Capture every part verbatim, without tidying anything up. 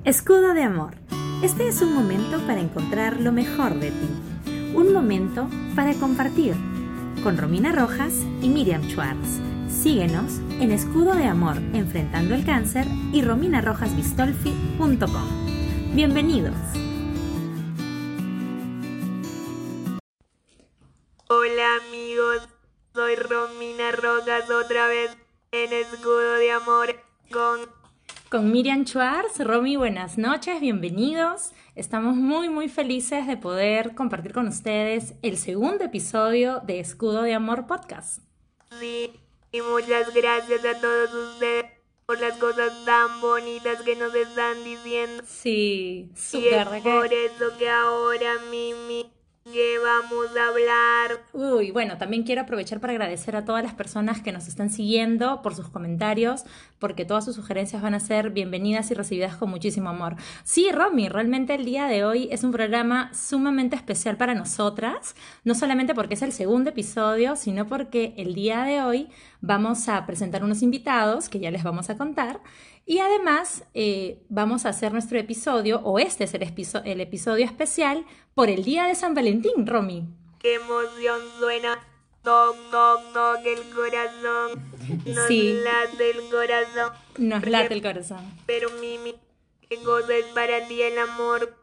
Escudo de amor. Este es un momento para encontrar lo mejor de ti. Un momento para compartir. Con Romina Rojas y Miriam Schwartz. Síguenos en Escudo de Amor Enfrentando el Cáncer y romina rojas bistolfi punto com. Bienvenidos. Hola amigos, soy Romina Rojas otra vez en Escudo de Amor con... Con Miriam Schwartz. Romy, buenas noches, bienvenidos. Estamos muy muy felices de poder compartir con ustedes el segundo episodio de Escudo de Amor Podcast. Sí, y muchas gracias a todos ustedes por las cosas tan bonitas que nos están diciendo. Sí, y súper. es por eso que ahora, Mimi, ¿qué vamos a hablar? Uy, bueno, también quiero aprovechar para agradecer a todas las personas que nos están siguiendo por sus comentarios, porque todas sus sugerencias van a ser bienvenidas y recibidas con muchísimo amor. Sí, Romy, realmente el día de hoy es un programa sumamente especial para nosotras, no solamente porque es el segundo episodio, sino porque el día de hoy vamos a presentar unos invitados que ya les vamos a contar. Y además eh, vamos a hacer nuestro episodio, o este es el, episo- el episodio especial por el Día de San Valentín, Romy. ¡Qué emoción suena! Toc, toc, toc, el corazón. Nos Sí. late el corazón. Nos Porque- late el corazón. Pero Mimi, ¿qué cosa es para ti el amor?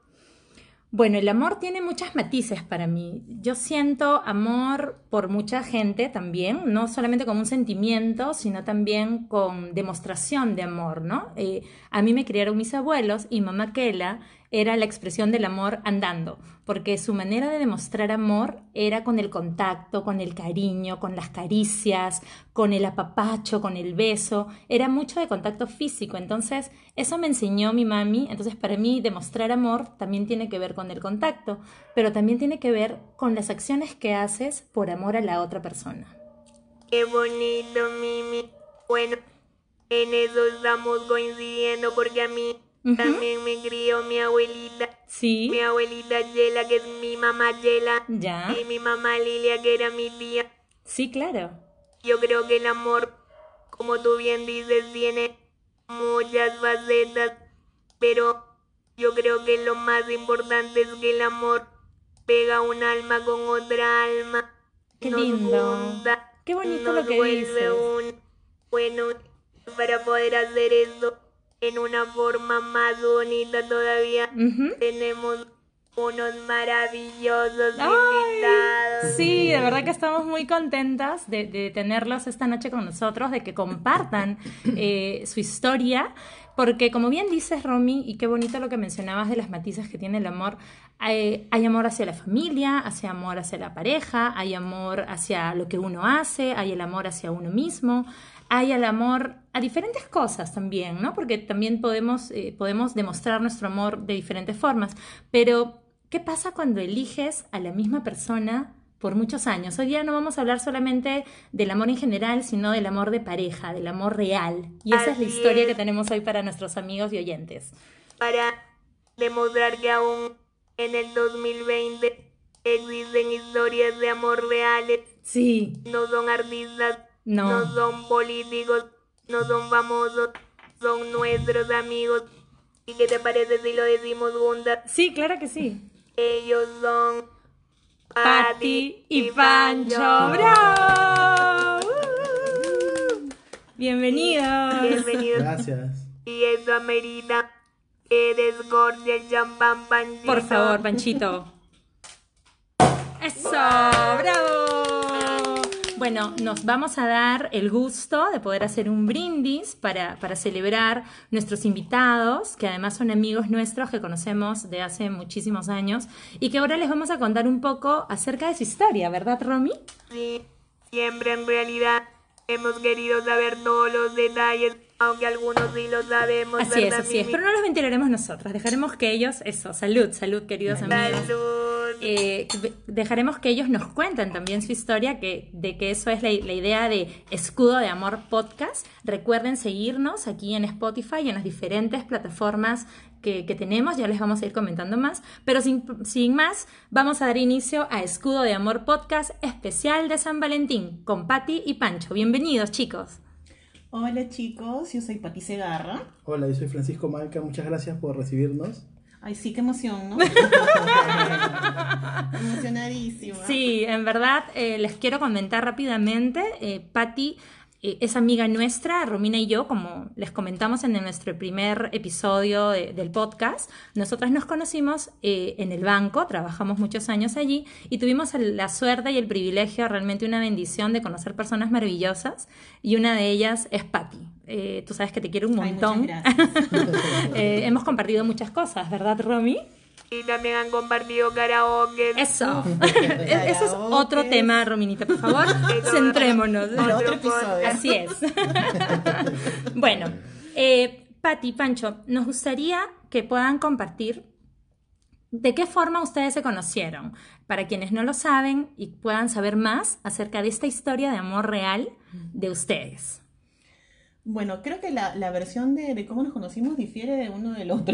Bueno, el amor tiene muchas matices para mí. Yo siento amor por mucha gente también, no solamente como un sentimiento, sino también con demostración de amor, ¿no? Eh, a mí me criaron mis abuelos y mamá Kela era la expresión del amor andando, porque su manera de demostrar amor era con el contacto, con el cariño, con las caricias, con el apapacho, con el beso, era mucho de contacto físico, entonces eso me enseñó mi mami, entonces para mí demostrar amor también tiene que ver con el contacto, pero también tiene que ver con las acciones que haces por amor a la otra persona. ¡Qué bonito, Mimi! Bueno, en eso estamos coincidiendo porque a mí Ujú. también me crió mi abuelita. Sí, Mi abuelita Yela, que es mi mamá Yela, ya, y mi mamá Lilia, que era mi tía. sí, claro. Yo creo que el amor, como tú bien dices, tiene muchas facetas, pero yo creo que lo más importante es que el amor pega un alma con otra alma. Qué nos lindo. junta, Qué bonito nos lo que vuelve dices. un... Bueno, para poder hacer esto en una forma más bonita todavía, Ujú. tenemos unos maravillosos Ay, invitados. sí, de verdad que estamos muy contentas de, de tenerlos esta noche con nosotros, de que compartan eh, su historia, porque como bien dices, Romy, y qué bonito lo que mencionabas de las matices que tiene el amor, hay, hay amor hacia la familia, hacia amor hacia la pareja, hay amor hacia lo que uno hace, hay el amor hacia uno mismo, hay el amor a diferentes cosas también, ¿no? Porque también podemos, eh, podemos demostrar nuestro amor de diferentes formas, pero ¿qué pasa cuando eliges a la misma persona por muchos años? Hoy día no vamos a hablar solamente del amor en general, sino del amor de pareja, del amor real. Y esa es la Así historia es. que tenemos hoy para nuestros amigos y oyentes. Para demostrar que aún en el dos mil veinte existen historias de amor reales. Sí, No son artistas, no. no son políticos, no son famosos, son nuestros amigos. ¿Y qué te parece si lo decimos juntas? Sí, claro que sí. Ellos son Patti y Pancho. ¡Bravo! ¡Uh! Bienvenidos. Bienvenidos. Gracias. Y eso amerita que descorche el champán, Panchito. Por favor, Panchito. ¡Eso! ¡Bravo! Bueno, nos vamos a dar el gusto de poder hacer un brindis para, para celebrar nuestros invitados, que además son amigos nuestros que conocemos de hace muchísimos años y que ahora les vamos a contar un poco acerca de su historia, ¿verdad, Romy? Sí, siempre en realidad hemos querido saber todos los detalles, aunque algunos sí los sabemos, Así es, ¿verdad, así es, Mimi? pero no los ventilaremos nosotras, dejaremos que ellos, eso, salud, salud, queridos amigos. Salud. Eh, dejaremos que ellos nos cuenten también su historia, que, de que eso es la, la idea de Escudo de Amor Podcast. Recuerden seguirnos aquí en Spotify y en las diferentes plataformas que, que tenemos, ya les vamos a ir comentando más, pero sin, sin más, vamos a dar inicio a Escudo de Amor Podcast especial de San Valentín con Patti y Pancho. Bienvenidos, chicos. Hola chicos, yo soy Pati Segarra. Hola, yo soy Francisco Malca, muchas gracias por recibirnos. Ay, sí, qué emoción, ¿no? Emocionadísima. Sí, en verdad eh, les quiero comentar rápidamente. Eh, Patti eh, es amiga nuestra, Romina y yo, como les comentamos en nuestro primer episodio de- del podcast. Nosotras nos conocimos eh, en el banco, trabajamos muchos años allí y tuvimos el- la suerte y el privilegio, realmente una bendición de conocer personas maravillosas y una de ellas es Patti. Eh, tú sabes que te quiero un Ay, montón. muchas gracias. Eh, hemos compartido muchas cosas, ¿verdad, Romy? Y también han compartido karaoke. Eso. Ese es otro Karaokes. tema, Rominita, por favor. Centrémonos. Para otro Otro episodio. Así es. Bueno, eh, Pati, Pancho, nos gustaría que puedan compartir de qué forma ustedes se conocieron, para quienes no lo saben y puedan saber más acerca de esta historia de amor real de ustedes. Bueno, creo que la, la versión de, de cómo nos conocimos difiere de uno del otro.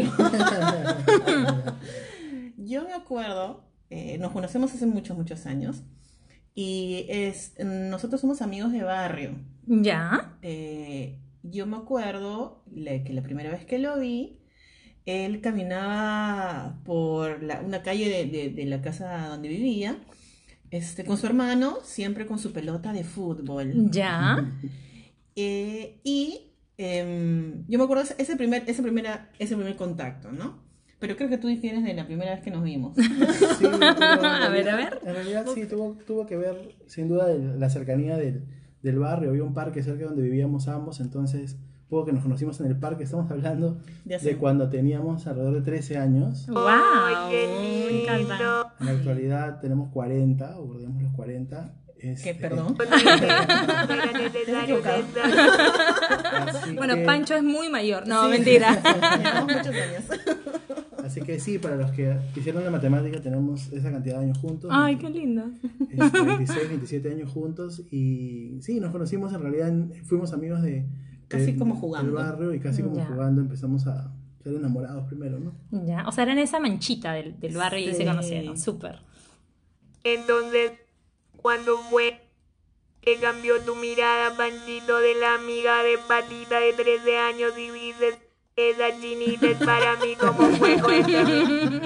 Yo me acuerdo, eh, nos conocemos hace muchos, muchos años, y es, nosotros somos amigos de barrio. ¿Ya? Eh, yo me acuerdo la- que la primera vez que lo vi, él caminaba por la- una calle de, de- de la casa donde vivía, este, con su hermano, siempre con su pelota de fútbol. ¿Ya? Eh, y em, yo me acuerdo ese ese primer, ese primera, ese primer contacto, ¿no? Pero creo que tú difieres de la primera vez que nos vimos. Sí, pero en A ver, realidad- a ver. En realidad sí, tuvo, tuvo que ver sin duda el- la cercanía del, del barrio. Había un parque cerca donde vivíamos ambos, entonces pudo que nos conocimos en el parque. Estamos hablando De hace- de cuando teníamos alrededor de trece años. ¡Wow! Ay, qué Me encanta. lindo. En la actualidad tenemos cuarenta, o bordemos los cuarenta. Este, ¿Qué, perdón? No era necesario equivocado. pensar. así Bueno, que- Pancho es muy mayor. No, Sí. mentira. Llevamos muchos años. Así que sí, para los que hicieron la matemática tenemos esa cantidad de años juntos. Ay, qué lindo. Este, veintiséis, veintisiete años juntos y sí, nos conocimos en realidad, en- fuimos amigos de... Casi de- como jugando. Del barrio y casi como Ya. jugando empezamos a ser enamorados primero, ¿no? Ya, o sea, eran esa manchita del, del barrio y ahí se Sí. conocieron. Súper. Entonces, ¿cuándo fue que cambió tu mirada, Panchito, de la amiga de Patita de trece años y dices, esa chinita es para mí? ¿Cómo fue? Cuéntame.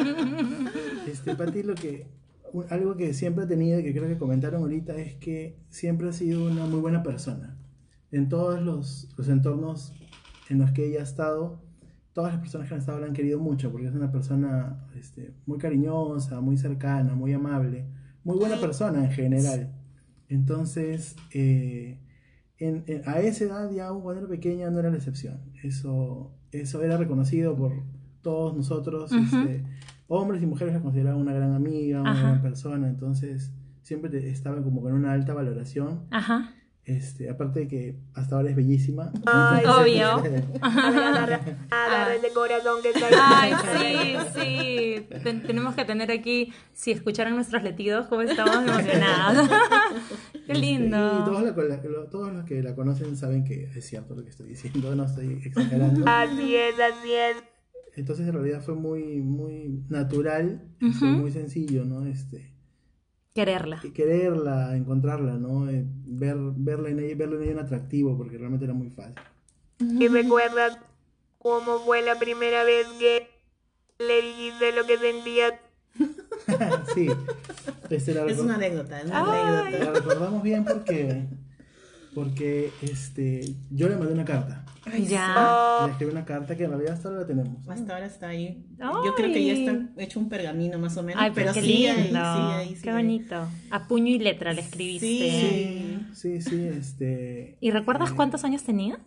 Este, Pati, lo que, un- algo que siempre he tenido y que creo que comentaron ahorita es que siempre ha sido una muy buena persona. En todos los, los entornos en los que ella ha estado, todas las personas que han estado la han querido mucho porque es una persona este, muy cariñosa, muy cercana, muy amable, muy buena persona en general. Entonces, eh, en- en- a esa edad ya aún cuando era pequeña no era la excepción. Eso, eso era reconocido por todos nosotros, Ujú. este, hombres y mujeres la consideraban una gran amiga, una Ajá. gran persona, entonces siempre te- estaba como con una alta valoración. Ajá. Este, aparte de que hasta ahora es bellísima. Ay, Obvio. A ver, agarra, agarra ese corazón que está Ay, ahí. sí, sí. Ten- tenemos que tener aquí, si escucharan nuestros latidos, cómo estamos emocionadas. Qué lindo. Y todos, la- la- lo- todos los que la conocen saben que es cierto lo que estoy diciendo, no estoy exagerando. Así es, así es. Entonces en realidad fue muy, muy natural, y fue Ujú. muy sencillo, ¿no? Este, Quererla. y quererla, encontrarla, ¿no? Eh, ver, verla en ella, verlo en ella un atractivo, porque realmente era muy fácil. ¿Y recuerdas cómo fue la primera vez que le dijiste lo que sentías? Sí, este, la, Es recor- una anécdota, es una Ay. anécdota. la recordamos bien porque, porque este, yo le mandé una carta. Ya. Le escribí una carta que en realidad hasta ahora la tenemos. Hasta ahora está ahí. Ay. Yo creo que ya está hecho un pergamino más o menos. Ay, pero, qué sigue lindo. ahí, sigue ahí, sigue Qué ahí. bonito. A puño y letra le escribiste. Sí. Sí, sí, este... ¿Y recuerdas eh, cuántos años tenías?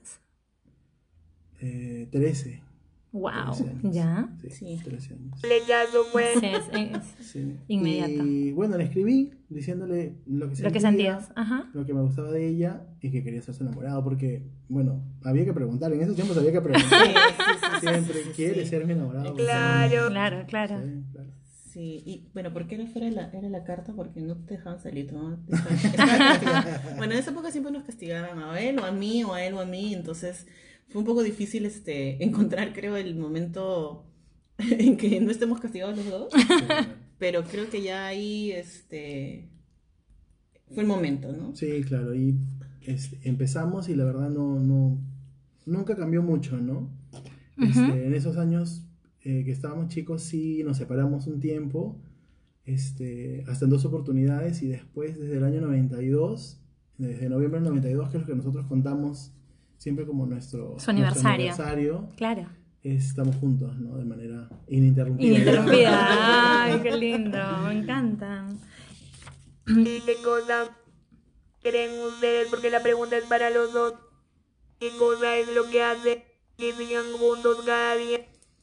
Eh, trece. Wow. trece años. Ya. Sí, Sí. trece años. Flechazo fue. Sí, es- es Sí. Inmediato. Y bueno, le escribí diciéndole lo que sentía, lo que sentías. Ajá. lo que me gustaba de ella y que quería estarse enamorado porque, bueno, había que preguntar, en esos tiempos había que Sí, preguntar. sí, sí, sí, Siempre, sí, sí, ¿quiere sí. ser mi enamorado? Claro. Claro, claro. Sí, claro. Sí, y bueno, ¿por qué era fuera la, era la carta? Porque no te dejaban salir, ¿no? Te estaban- estaban castigados. Bueno, en esa época siempre nos castigaban a él o a mí o a él o a mí, entonces fue un poco difícil este, encontrar, creo, el momento en que no estemos castigados los dos, pero creo que ya ahí este, fue el momento, ¿no? Sí, claro. Y este, empezamos y la verdad no, no, nunca cambió mucho, ¿no? Este, Ujú. en esos años eh, que estábamos chicos sí nos separamos un tiempo, este, hasta en dos oportunidades y después desde el año noventa y dos, desde noviembre del noventa y dos, que es lo que nosotros contamos siempre como nuestro, Su nuestro aniversario. aniversario, Claro. estamos juntos, ¿no? De manera ininterrumpida. Ininterrumpida. Ay, qué lindo. Me encantan. ¿Y qué cosa creen ustedes? Porque la pregunta es para los dos. ¿Qué cosa es lo que hace que sigan juntos cada día?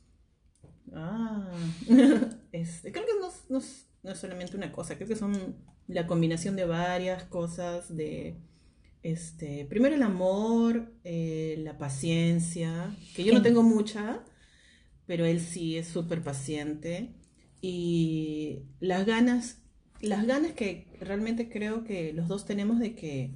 Ah, este, creo que no, es- no es no es solamente una cosa, creo que son la combinación de varias cosas, de, este, primero el amor, eh, la paciencia, que yo no tengo mucha, pero él sí es súper paciente, y las ganas, las ganas que realmente creo que los dos tenemos de que,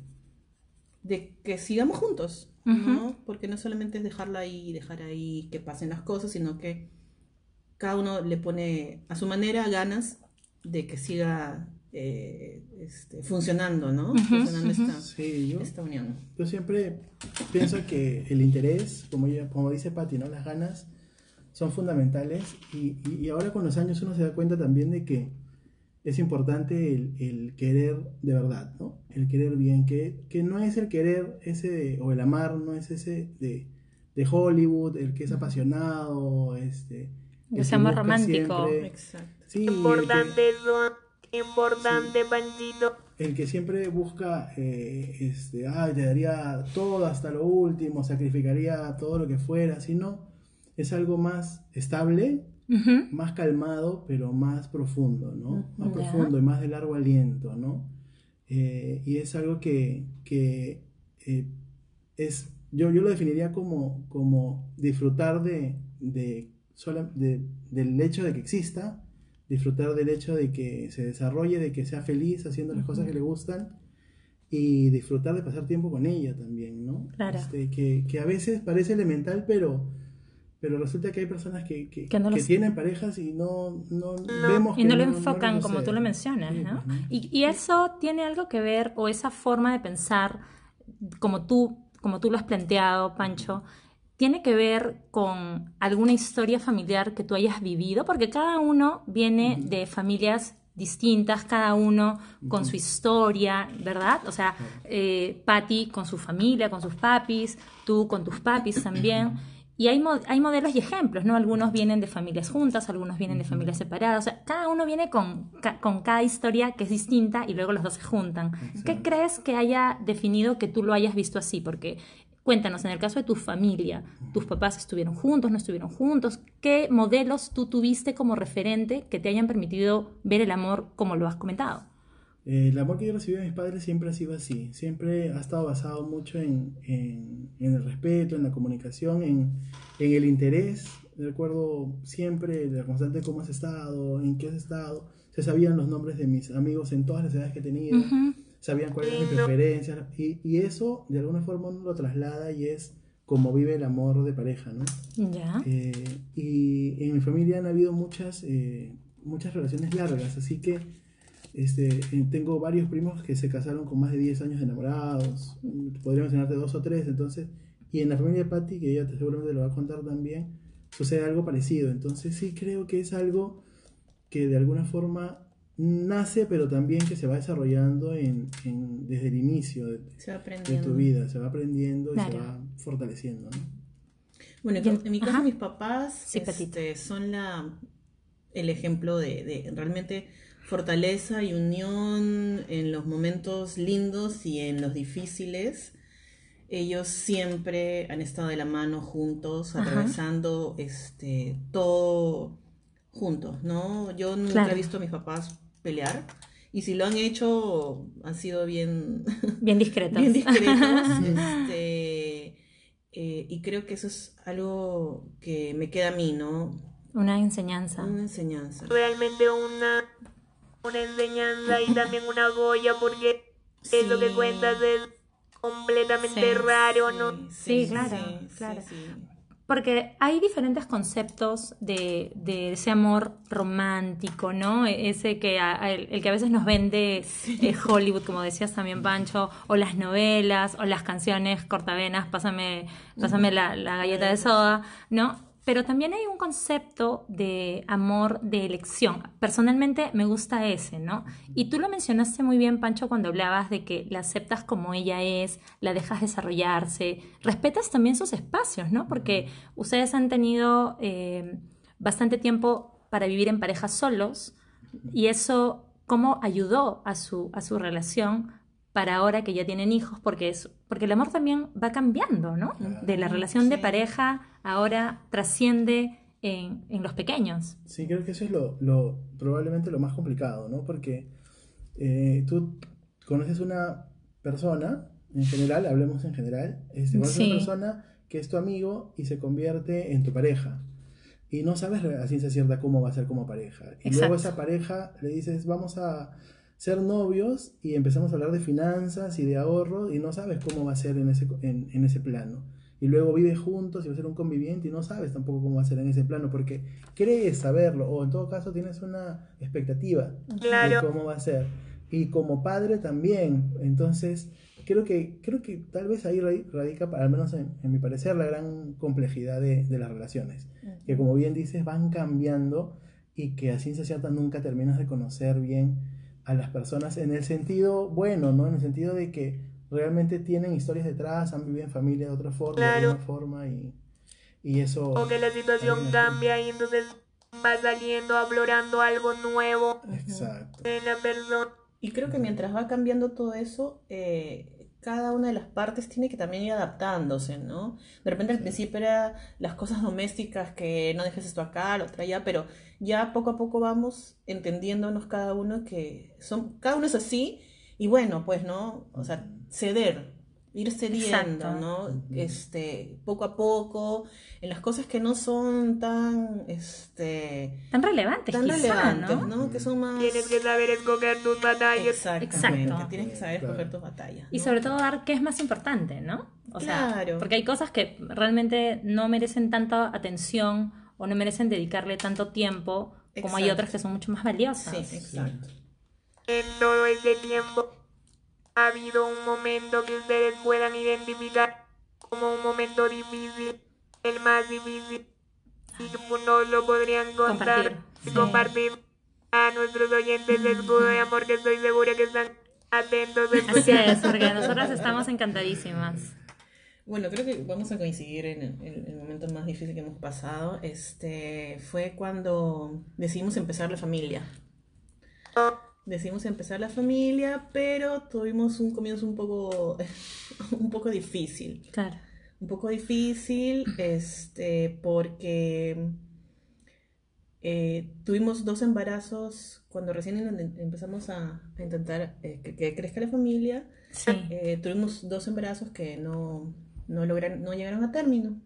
de que sigamos juntos, ¿no? Porque no solamente es dejarla ahí, dejar ahí que pasen las cosas, sino que cada uno le pone a su manera ganas de que siga eh, este, funcionando, ¿no? Ujú, Funcionando ujú. esta, Sí, yo, esta unión. yo siempre pienso que el interés, como, ella, como dice Patti, ¿no? Las ganas son fundamentales y, y, y ahora con los años uno se da cuenta también de que es importante el, el querer de verdad, ¿no? El querer bien, que, que no es el querer ese de- o el amar, no es ese de, de Hollywood, el que es apasionado, este, el Ese que amor busca romántico. siempre- Exacto. sí, el que, Importante eso, importante, Panchito. el que siempre busca, eh, este, ay, te daría todo hasta lo último, sacrificaría todo lo que fuera, sino es algo más estable, Ujú. más calmado, pero más profundo, ¿no? Más Ya. profundo y más de largo aliento, ¿no? Eh, y es algo que, que eh, es, yo, yo lo definiría como, como disfrutar de, de, sola- de- del hecho de que exista, disfrutar del hecho de que se desarrolle, de que sea feliz haciendo las cosas que le gustan y disfrutar de pasar tiempo con ella también, ¿no? Claro. Este, que, que a veces parece elemental, pero, pero resulta que hay personas que, que, Que no que los- tienen parejas y no, no, vemos Y que no lo no enfocan lo como tú sucede. lo mencionas, Sí, ¿no? pues, ¿no? Y, y eso tiene algo que ver, o esa forma de pensar, como tú, como tú lo has planteado, Pancho, tiene que ver con alguna historia familiar que tú hayas vivido, porque cada uno viene de familias distintas, cada uno con su historia, ¿verdad? O sea, eh, Patty con su familia, con sus papis, tú con tus papis también. Y hay, mo- hay modelos y ejemplos, ¿no? Algunos vienen de familias juntas, algunos vienen de familias separadas. O sea, cada uno viene con, ca- con cada historia que es distinta y luego los dos se juntan. ¿Qué crees que haya definido que tú lo hayas visto así? Porque cuéntanos, en el caso de tu familia, ¿tus papás estuvieron juntos, no estuvieron juntos? ¿Qué modelos tú tuviste como referente que te hayan permitido ver el amor como lo has comentado? Eh, el amor que yo recibí de mis padres siempre ha sido así, siempre ha estado basado mucho en, en, en el respeto, en la comunicación, en, en el interés. Recuerdo siempre de la constante cómo has estado, en qué has estado. Se sabían los nombres de mis amigos en todas las edades que he tenido, Ujú. sabían cuáles eran mis preferencias y, y eso de alguna forma uno lo traslada y es como vive el amor de pareja, ¿no? Ya. Eh, y en mi familia han habido muchas, eh, muchas relaciones largas, así que este, eh, tengo varios primos que se casaron con más de diez años de enamorados, mm, podría mencionarte dos o tres, entonces, y en la familia de Patty, que ella te- seguramente lo va a contar también, sucede algo parecido, entonces sí creo que es algo que de alguna forma nace, pero también que se va desarrollando en, en- desde el inicio de, Se va de aprendiendo. tu vida, se va aprendiendo y se Claro. va fortaleciendo, ¿no? Bueno, Y en- en mi caso, ajá. mis papás Sí, Patito. este, son la, el ejemplo de, de realmente fortaleza y unión en los momentos lindos y en los difíciles. Ellos siempre han estado de la mano juntos, Ajá. atravesando este, todo juntos, ¿no? Yo nunca Claro. he visto a mis papás pelear y si lo han hecho han sido bien, Bien discretos. bien discretos. este, eh, y creo que eso es algo que me queda a mí, ¿no? Una enseñanza. Una enseñanza. Realmente una, una enseñanza y también una joya porque eso que Sí. cuentas es completamente Sí, raro, ¿no? Sí, claro, claro. sí. Porque hay diferentes conceptos de, de ese amor romántico, ¿no? Ese que a- a- el, el que a veces nos vende eh, Hollywood, como decías también, Pancho, o las novelas, o las canciones cortavenas, pásame, pásame la, la galleta de soda, ¿no? Pero también hay un concepto de amor de elección. Personalmente me gusta ese, ¿no? Y tú lo mencionaste muy bien, Pancho, cuando hablabas de que la aceptas como ella es, la dejas desarrollarse, respetas también sus espacios, ¿no? Porque ustedes han tenido eh, bastante tiempo para vivir en pareja solos y eso, ¿cómo ayudó a su, a su relación para ahora que ya tienen hijos? Porque, es, porque el amor también va cambiando, ¿no? De la relación de Sí. pareja ahora trasciende en, en los pequeños. Sí, creo que eso es lo, lo probablemente lo más complicado, ¿no? Porque eh, tú conoces una persona, en general, hablemos en general, este, conoces una Sí, persona que es tu amigo y se convierte en tu pareja. Y no sabes a ciencia cierta cómo va a ser como pareja. Y luego exacto. esa pareja le dices, vamos a ser novios y empezamos a hablar de finanzas y de ahorro y no sabes cómo va a ser en ese, en, en ese plano. Y luego vives juntos y va a ser un conviviente y no sabes tampoco cómo va a ser en ese plano porque crees saberlo o en todo caso tienes una expectativa de Claro. cómo va a ser. Y como padre también. Entonces, creo que, creo que tal vez ahí radi- radica, al menos en, en mi parecer, la gran complejidad de, de las relaciones. Que como bien dices, van cambiando y que a ciencia cierta nunca terminas de conocer bien a las personas en el sentido bueno, ¿no? En el sentido de que realmente tienen historias detrás, han vivido en familia de otra forma, de Claro. alguna forma y, y eso O que la situación también cambia y entonces va saliendo, aflorando algo nuevo Ujú. exacto. en la persona. Y creo que mientras va cambiando todo eso, eh, cada una de las partes tiene que también ir adaptándose, ¿no? De repente al principio era las cosas domésticas que no dejes esto acá, lo otro allá, pero ya poco a poco vamos entendiéndonos cada uno que son, cada uno es así, y bueno, pues, ¿no? O sea, ceder, ir cediendo, Exacto. ¿no? Ujú. Este, poco a poco, en las cosas que no son tan, este, Tan relevantes tan quizá, relevantes, ¿no? ¿no? Que son más... Tienes que saber escoger tus batallas. Exactamente, Exacto. tienes que saber escoger Claro. tus batallas, Y ¿no? sobre todo dar qué es más importante, ¿no? O sea, Claro. porque hay cosas que realmente no merecen tanta atención o no merecen dedicarle tanto tiempo como hay Exacto. otras que son mucho más Sí, valiosas. exacto. En todo ese tiempo ha habido un momento que ustedes puedan identificar como un momento difícil, el más difícil, y que nos lo podrían contar Compartir, y sí. compartir a nuestros oyentes de escudo de amor, que estoy segura que están atentos a Así escuchar. es, porque nosotras estamos encantadísimas. Bueno, creo que vamos a coincidir en el, en el momento más difícil que hemos pasado. Este fue cuando decidimos empezar la familia. Decidimos empezar la familia, pero tuvimos un comienzo un poco, un poco difícil. Claro. Un poco difícil, este, porque eh, tuvimos dos embarazos cuando recién en- empezamos a, a intentar eh, que, que crezca la familia. Sí. Eh, tuvimos dos embarazos que no, no lograron, no llegaron a término.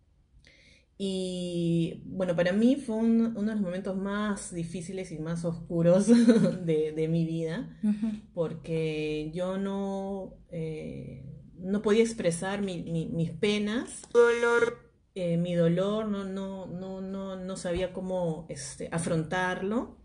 Y bueno, para mí fue un- uno de los momentos más difíciles y más oscuros de, de mi vida, Ujú. porque yo no, eh, no podía expresar mi- mi- mis penas, Dolor, eh, mi dolor, no, no, no, no, no sabía cómo este, afrontarlo.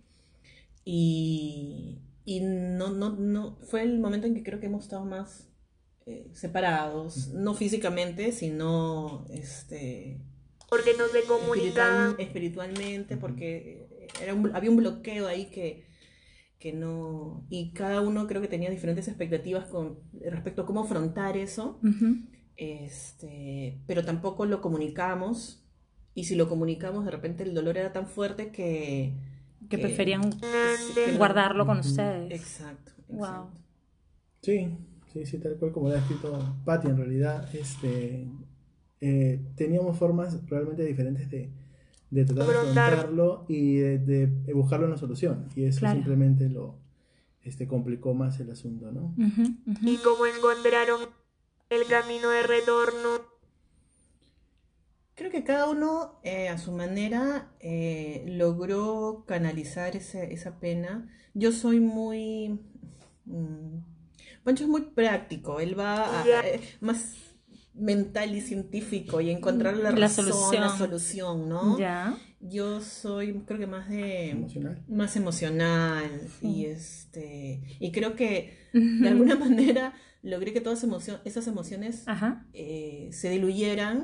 Y, y no, no, no, fue el momento en que creo que hemos estado más eh, separados, no físicamente, sino este, porque no se espiritual, comunican. espiritualmente, porque eh, era un- había un bloqueo ahí que, que no... Y cada uno creo que tenía diferentes expectativas con respecto a cómo afrontar eso, Ujú. este, pero tampoco lo comunicamos, y si lo comunicamos de repente el dolor era tan fuerte que... Que preferían que no- guardarlo con Ujú. ustedes. Exacto, Wow. exacto. Sí, sí, sí, tal cual como lo ha escrito Patti, en realidad, este, eh, teníamos formas realmente diferentes de, de tratar de Afrontar. afrontarlo y de, de buscarle una solución. Y eso Claro. simplemente lo este, complicó más el asunto, ¿no? Ujú, ujú. Y cómo encontraron el camino de retorno. Creo que cada uno eh, a su manera eh, logró canalizar ese- esa pena. Yo soy muy... mm, Pancho es muy práctico, él va a- Ya. eh, más... mental y científico y encontrar la, La razón, solución. la solución, ¿no? Ya. Yo soy, creo que más de... Emocional. Más emocional Sí. y este... Y creo que de alguna manera logré que todas esas emociones, esas emociones Ajá. eh, se diluyeran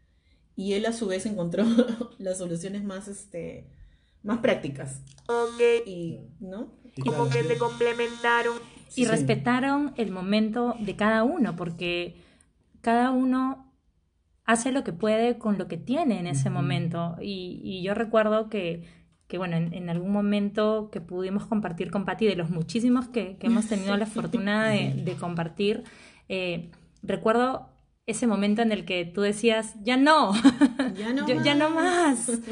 y él a su vez encontró las soluciones más, este, más prácticas. Ok, Y, ¿no? Y como claro, que se complementaron. Y Sí. respetaron el momento de cada uno, porque cada uno hace lo que puede con lo que tiene en ese Ujú. momento. Y, y yo recuerdo que, que bueno, en, en algún momento que pudimos compartir con Patti, de los muchísimos que, que hemos tenido la fortuna de, de compartir, eh, recuerdo ese momento en el que tú decías, ya no, Ya no yo- más. ya no más.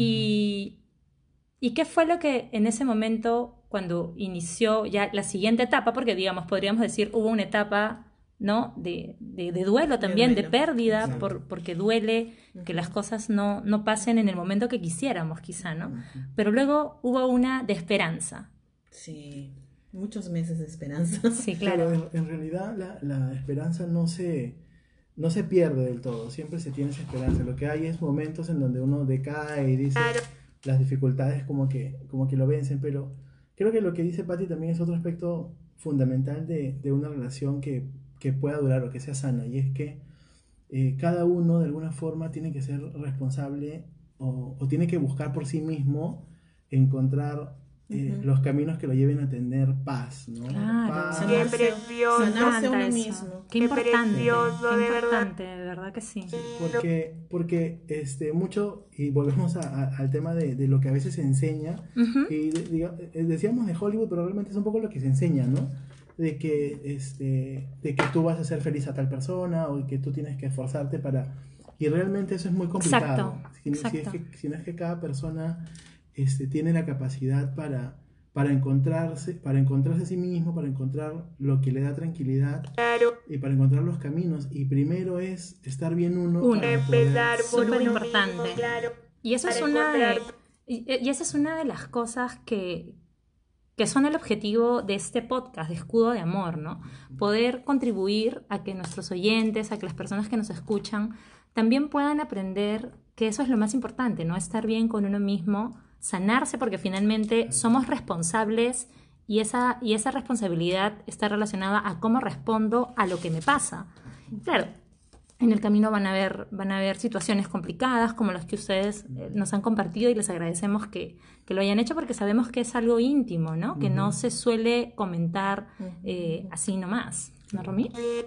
Y, ¿Y qué fue lo que en ese momento, cuando inició ya la siguiente etapa, porque digamos, podríamos decir, hubo una etapa, ¿no? De, de, de duelo también, de, duelo. pérdida, Exacto. por, porque duele que las cosas no, no pasen en el momento que quisiéramos, quizá, ¿no? Pero luego hubo una de esperanza. Sí, muchos meses de esperanza. Sí, Claro, claro. en, en realidad la, la esperanza no se, no se pierde del todo, siempre se tiene esa esperanza. Lo que hay es momentos en donde uno decae y dice Claro. las dificultades como que, como que lo vencen, pero creo que lo que dice Patti también es otro aspecto fundamental de, de una relación que, que pueda durar o que sea sana, y es que eh, cada uno de alguna forma tiene que ser responsable o, o tiene que buscar por sí mismo encontrar eh, Ujú. los caminos que lo lleven a tener paz, ¿no? Claro. Paz, Qué Sanarse, precioso. Me sanarse a encanta uno eso. mismo. Qué Qué importante, precioso, qué de verdad. importante, de verdad que sí. Sí, porque, porque este, mucho, y volvemos a- a- al tema de, de lo que a veces se enseña, Ujú. y de- diga- eh, decíamos de Hollywood, pero realmente es un poco lo que se enseña, ¿no? De que, este, de que tú vas a ser feliz a tal persona, o que tú tienes que esforzarte para... Y realmente eso es muy complicado. Exacto, Si, si es exacto. que, si no es que cada persona este, tiene la capacidad para, para, encontrarse, para encontrarse a sí mismo, para encontrar lo que le da tranquilidad, Claro. y para encontrar los caminos. Y primero es estar bien uno, Uno. para poder... Empezar por Súper uno importante. mismo, claro. Y eso es Para una de, encontrar- y, y esa es una de las cosas que, que son el objetivo de este podcast de Escudo de Amor, ¿no? Poder contribuir a que nuestros oyentes, a que las personas que nos escuchan, también puedan aprender que eso es lo más importante, ¿no? Estar bien con uno mismo, sanarse, porque finalmente somos responsables y esa, y esa responsabilidad está relacionada a cómo respondo a lo que me pasa. Claro, en el camino van a haber, van a haber situaciones complicadas como las que ustedes eh, nos han compartido, y les agradecemos que, que lo hayan hecho, porque sabemos que es algo íntimo, ¿no? Que no se suele comentar eh, así nomás. ¿No, Romy? Y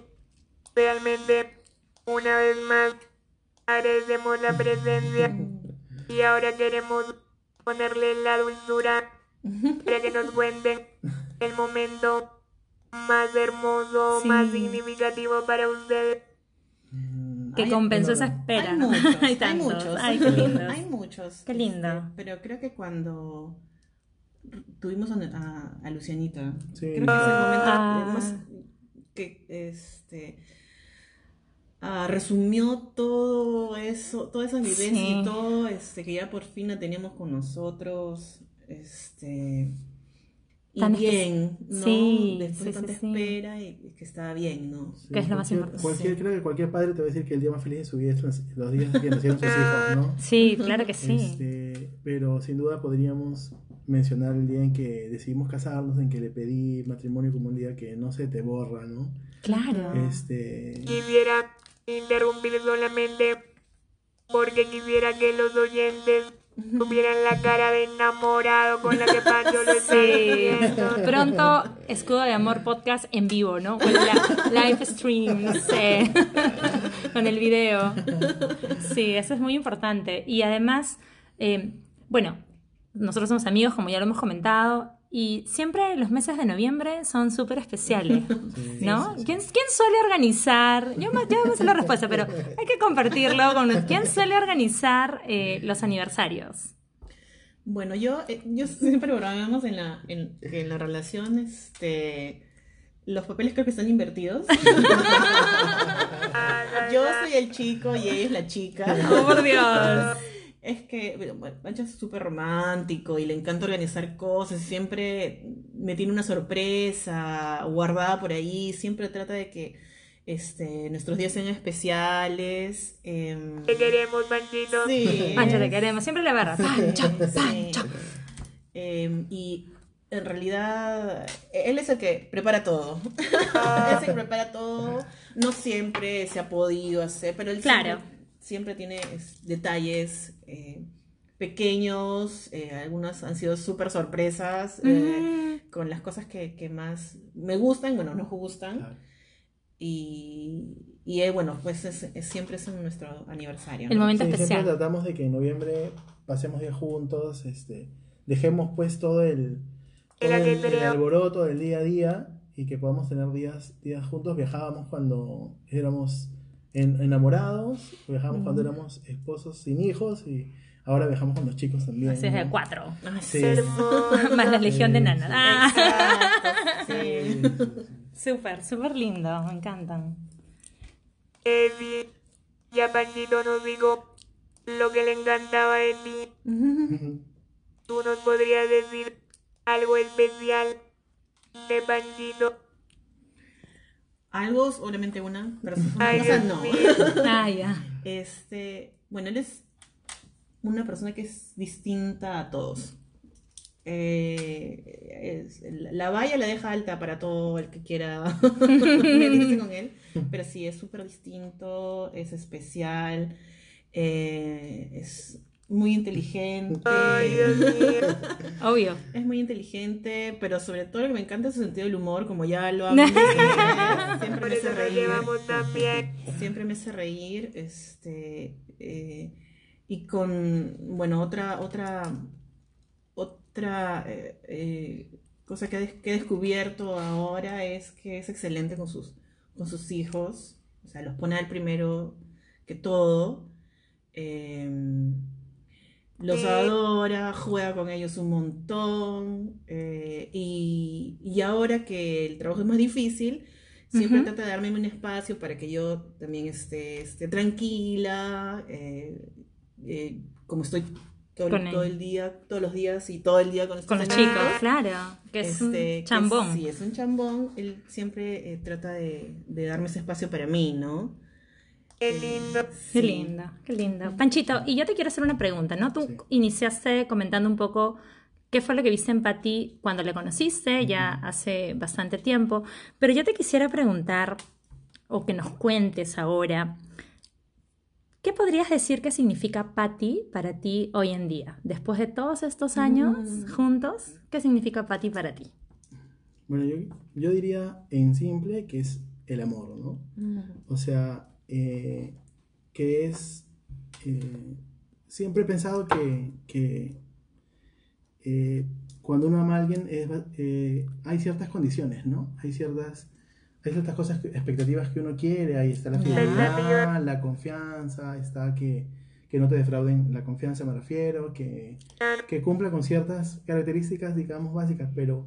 realmente, una vez más, agradecemos la presencia y ahora queremos ponerle la dulzura para que nos cuenten el momento más hermoso, Sí. más significativo para ustedes. Mm, Que Ay, compensó bueno, esa espera. Hay muchos, Hay hay tantos. muchos. Ay, qué lindos. Hay muchos. Qué lindo. este, pero creo que cuando tuvimos a, a- a Lucianita, Sí. creo que es el momento Ah. más que este ah, resumió todo eso, toda esa vivencia Sí. y todo este que ya por fin la teníamos con nosotros, este y Tan espe- bien, ¿no? Sí, Después sí, de sí, tanta sí. espera y que estaba bien, ¿no? Sí, Que es lo más cualquier- importante. Cualquier, Sí. Creo que cualquier padre te va a decir que el día más feliz de su vida es los los días que nacieron sus hijos, ¿no? Sí, claro que sí. Este, pero sin duda podríamos mencionar el día en que decidimos casarnos, en que le pedí matrimonio, como un día que no se te borra, ¿no? Claro. Este, Quisiera interrumpir solamente porque quisiera que los oyentes tuvieran la cara de enamorado con la que Pancho lo está Sí, diciendo. pronto Escudo de Amor podcast en vivo, ¿no? Con la live stream, no sé, con el video. Sí, eso es muy importante. Y además, eh, bueno, nosotros somos amigos, como ya lo hemos comentado, y siempre los meses de noviembre son súper especiales, Sí, ¿no? sí, sí. ¿Quién, quién suele organizar? Yo, me- yo me sé la respuesta, pero hay que compartirlo con... ¿Quién suele organizar eh, los aniversarios? Bueno, yo, eh, yo siempre bromeamos en la, en, que en la relación, este, los papeles creo que están invertidos. Yo soy el chico y ella es la chica. ¡Oh, por Dios! Es que, bueno, Pancho es súper romántico y le encanta organizar cosas, siempre me tiene una sorpresa guardada por ahí, siempre trata de que este, nuestros días sean especiales. em, Te queremos, Panchito. sí, Pancho, te queremos. Siempre le barra. Pancho, sí. Pancho. Em, y en realidad, él es el que prepara todo. Él es el que prepara todo. No siempre se ha podido hacer, pero él Claro. siempre, siempre tiene es, detalles eh, pequeños. eh, algunas han sido súper sorpresas eh, con las cosas que, que más me gustan, bueno, nos gustan. Claro. Y, y eh, bueno, pues es, es- siempre es en nuestro aniversario, El ¿no? momento Sí, siempre especial. tratamos de que en noviembre pasemos días juntos, este, dejemos pues todo el, todo El el, el ajetreo. alboroto del día a día y que podamos tener días, días juntos. Viajábamos cuando éramos en- enamorados, viajábamos cuando éramos esposos sin hijos y ahora viajamos con los chicos también. Así es de ¿no? cuatro. Ay, Sí. Hermoso. Más la legión de Sí, nanas. sí. Ah, Exacto, Sí, sí. sí, sí, sí. súper, súper lindo. Me encantan. Eh, sí. Ya Panchito nos dijo lo que le encantaba de ti. ¿Tú nos podrías decir algo especial de Panchito? Algo, obviamente una, pero una Ay, cosa Dios no. mío. Ah, ya. Este, bueno, él es una persona que es distinta a todos. Eh, es- la valla la deja alta para todo el que quiera medirse con él, pero sí, es súper distinto, es especial, eh, es muy inteligente. Ay, Dios mío. Obvio. Es muy inteligente, pero sobre todo lo que me encanta es su sentido del humor, como ya lo han visto. Siempre Por me eso hace nos reír. llevamos tan bien. Siempre me hace reír. Este, eh, y con, bueno, otra, otra, otra eh, eh, cosa que, he des- que he descubierto ahora es que es excelente con sus, con sus hijos. O sea, los pone al primero que todo. Em, los Sí. adora, juega con ellos un montón eh, y, y ahora que el trabajo es más difícil, siempre Ujú. trata de darme un espacio para que yo también esté, esté tranquila, eh, eh, como estoy todo, el- Con todo él. el día, todos los días y todo el día con estos Con los añitos. chicos, claro. Que es Este, un que chambón. sí, es un chambón, él siempre eh, trata de, de darme ese espacio para mí, ¿no? Qué lindo. Qué Sí. lindo, qué lindo. Panchito, y yo te quiero hacer una pregunta, ¿no? Tú Sí. iniciaste comentando un poco qué fue lo que viste en Pati cuando le conociste, ya hace bastante tiempo, pero yo te quisiera preguntar, o que nos cuentes ahora, ¿qué podrías decir que significa Pati para ti hoy en día? Después de todos estos años Mm. juntos, ¿qué significa Pati para ti? Bueno, yo, yo diría en simple que es el amor, ¿no? O sea, eh, que es... eh, siempre he pensado que, que, eh, cuando uno ama a alguien es, eh, hay ciertas condiciones, ¿no? Hay ciertas, hay ciertas cosas, que- expectativas que uno quiere, ahí está la fidelidad, Expectativas. la confianza, está que, que no te defrauden, la confianza me refiero, que, que cumpla con ciertas características, digamos, básicas, pero,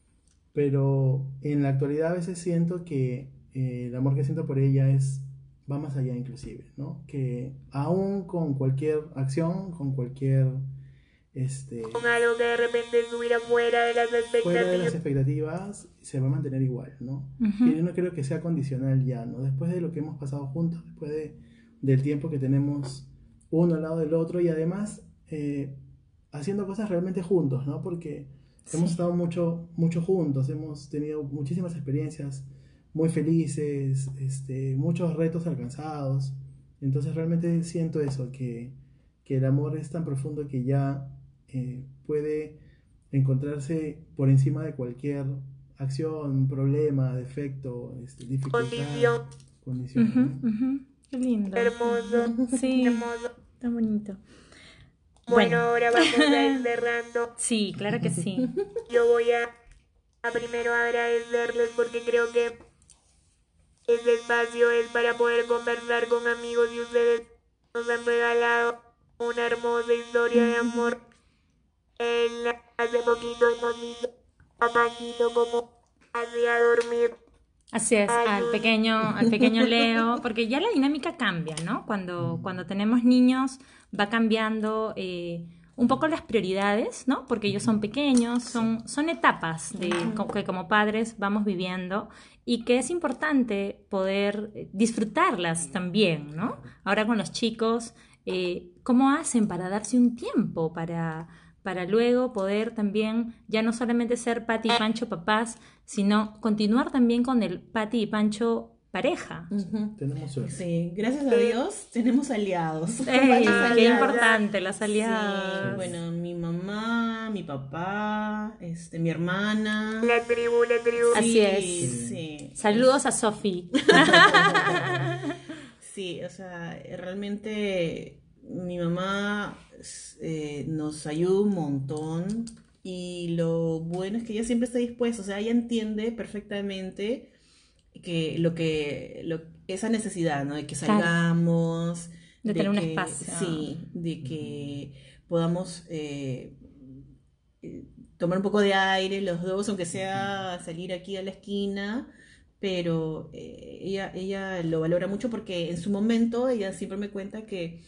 pero en la actualidad a veces siento que eh, el amor que siento por ella es, va más allá inclusive, ¿no? Que aún con cualquier acción, con cualquier, este, Con algo que de repente estuviera fuera de las fuera de las expectativas. expectativas, se va a mantener igual, ¿no? Ujú. Y yo no creo que sea condicional ya, ¿no? Después de lo que hemos pasado juntos, después de, del tiempo que tenemos uno al lado del otro y además eh, haciendo cosas realmente juntos, ¿no? Porque hemos Sí. estado mucho, mucho juntos, hemos tenido muchísimas experiencias muy felices, este, muchos retos alcanzados. Entonces realmente siento eso, que, que el amor es tan profundo que ya eh, puede encontrarse por encima de cualquier acción, problema, defecto, este, dificultad, Condición. condición, Ujú, ¿no? ujú. Qué lindo. Hermoso. Sí, Hermoso. tan bonito. Bueno, Bueno. ahora vamos a ir cerrando. Sí, claro que sí. Yo voy a, a primero agradecerles porque creo que este espacio es para poder conversar con amigos y ustedes nos han regalado una hermosa historia de amor. En la- hace poquito hemos visto a Paquito como hacía dormir. Así es, al pequeño, al pequeño Leo, porque ya la dinámica cambia, ¿no? Cuando, cuando tenemos niños va cambiando eh, un poco las prioridades, ¿no? Porque ellos son pequeños, son, son etapas de, que como padres vamos viviendo y que es importante poder disfrutarlas también, ¿no? Ahora con los chicos, eh, ¿cómo hacen para darse un tiempo para... para luego poder también ya no solamente ser Pati y Pancho papás, sino continuar también con el Pati y Pancho pareja? Ujú. Tenemos suerte. Sí, gracias a Dios tenemos aliados. ¡Ey, Varios qué aliados. importante, las Sí, aliadas! bueno, mi mamá, mi papá, este, mi hermana. La tribu, la tribu. Así Sí, es. sí. Saludos a Sofi. Sí, o sea, realmente mi mamá eh, nos ayuda un montón y lo bueno es que ella siempre está dispuesta, o sea, ella entiende perfectamente que lo que lo, esa necesidad, ¿no? De que Claro. salgamos, De tener un que, espacio. sí, de que podamos eh, eh, tomar un poco de aire los dos, aunque sea salir aquí a la esquina, pero eh, ella, ella lo valora mucho porque en su momento ella siempre me cuenta que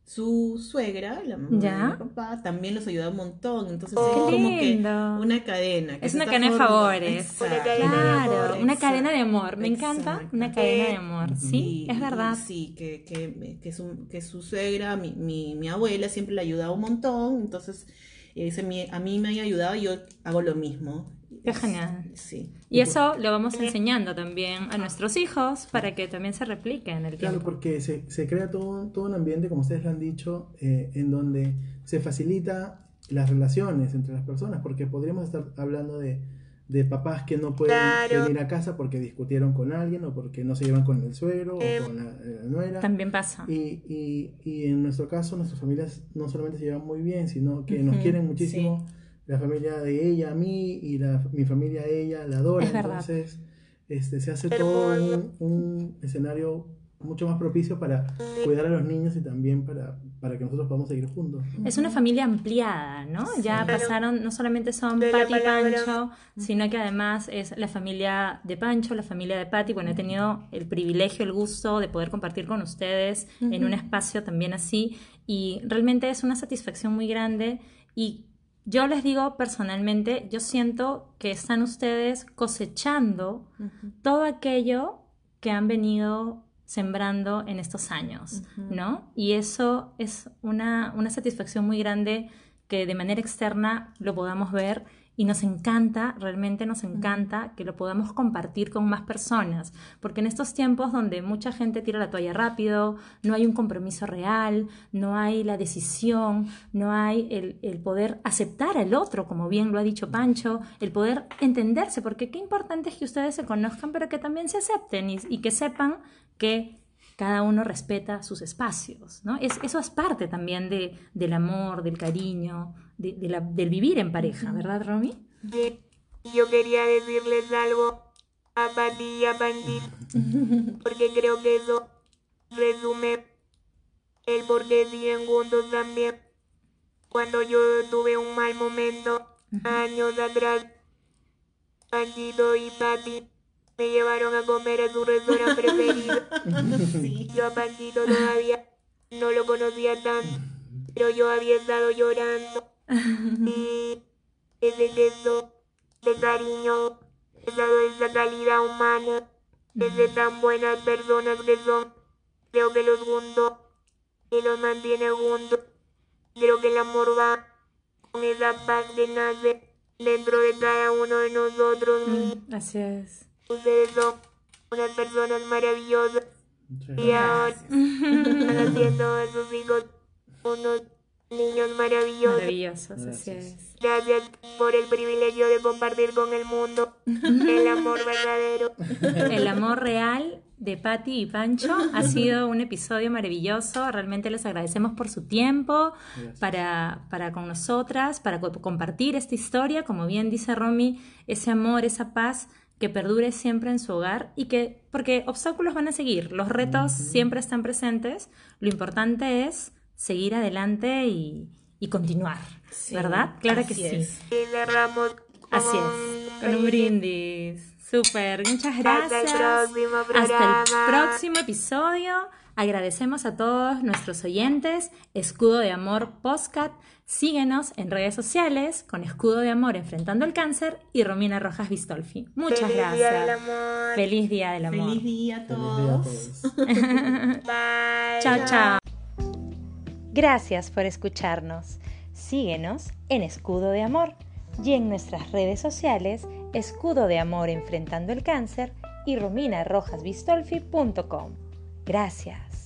su suegra, la mamá ¿Ya? de mi papá, también los ayuda un montón, entonces Qué es como que lindo. una cadena. Que Es se una está cadena de formando. favores. Exacto. Una cadena de Claro, amor. una Exacto. cadena de amor. Me encanta Exacto. una cadena de amor. Sí, Y- es verdad. y sí, que, que, que, su, que su suegra, mi, mi, mi abuela, siempre le ayudaba un montón. Entonces, eh, dice, "Mi- a mí me ha ayudado y yo hago lo mismo". Qué genial. Sí. Y eso lo vamos enseñando también a nuestros hijos para que también se replique en el Claro, tiempo. porque se, se crea todo, todo un ambiente, como ustedes lo han dicho, eh, en donde se facilita las relaciones entre las personas, porque podríamos estar hablando de, de papás que no pueden Claro. venir a casa porque discutieron con alguien o porque no se llevan con el suegro Eh, o con la, la nuera. También pasa. Y, y, y en nuestro caso, nuestras familias no solamente se llevan muy bien, sino que nos Ujú, quieren muchísimo. La familia de ella a mí y la, mi familia a ella la adora. Es verdad. Entonces este, se hace todo Hermoso. un, un escenario mucho más propicio para cuidar a los niños y también para, para que nosotros podamos seguir juntos, ¿no? Es una familia ampliada, ¿no? Ya Claro. pasaron, no solamente son De la Pati y palabra. Pancho, sino que además es la familia de Pancho, la familia de Pati. Bueno, he tenido el privilegio, el gusto de poder compartir con ustedes en un espacio también así y realmente es una satisfacción muy grande y yo les digo personalmente, yo siento que están ustedes cosechando todo aquello que han venido sembrando en estos años, ¿no? Y eso es una, una satisfacción muy grande que de manera externa lo podamos ver y nos encanta, realmente nos encanta que lo podamos compartir con más personas, porque en estos tiempos donde mucha gente tira la toalla rápido, no hay un compromiso real, no hay la decisión, no hay el, el poder aceptar al otro, como bien lo ha dicho Pancho, el poder entenderse, porque qué importante es que ustedes se conozcan, pero que también se acepten y, y que sepan que cada uno respeta sus espacios, ¿no? Es, eso es parte también de, del amor, del cariño, de, de la, del vivir en pareja, ¿verdad, Romy? Sí, yo quería decirles algo a Pati y a Panchito, porque creo que eso resume el por qué siguen juntos también. Cuando yo tuve un mal momento, años atrás, Panchito y Pati me llevaron a comer a su restaurante preferido. Sí. Yo a Panchito todavía no lo conocía tanto, pero yo había estado llorando. Y ese gesto de cariño, esa, esa calidad humana, desde tan buenas personas que son, creo que los juntó y los mantiene juntos. Creo que el amor va con esa paz que nace dentro de cada uno de nosotros. Mm, así es. Ustedes son unas personas maravillosas Muchas y gracias. ahora están haciendo a sus hijos unos niños maravillosos. Maravillosos, así Gracias. es. Gracias por el privilegio de compartir con el mundo el amor verdadero. El amor real de Pati y Pancho ha sido un episodio maravilloso. Realmente les agradecemos por su tiempo Gracias. para, para con nosotras, para co- compartir esta historia. Como bien dice Romy, ese amor, esa paz que perdure siempre en su hogar y que, porque obstáculos van a seguir, los retos siempre están presentes. Lo importante es seguir adelante y, y continuar, Sí, ¿verdad? Claro así que sí. es. Y cerramos con Así es, con un brindis. Súper, muchas Hasta el gracias. próximo Hasta el programa. próximo episodio Agradecemos a todos nuestros oyentes, Escudo de Amor Podcast. Síguenos en redes sociales con Escudo de Amor Enfrentando el Cáncer y Romina Rojas Bistolfi. Muchas Feliz gracias. Día del Amor. Feliz Día del Amor. Feliz día a Feliz todos. día a todos. Bye. Chao, chao. Gracias por escucharnos. Síguenos en Escudo de Amor y en nuestras redes sociales Escudo de Amor Enfrentando el Cáncer y romina rojas bistolfi punto com. Gracias.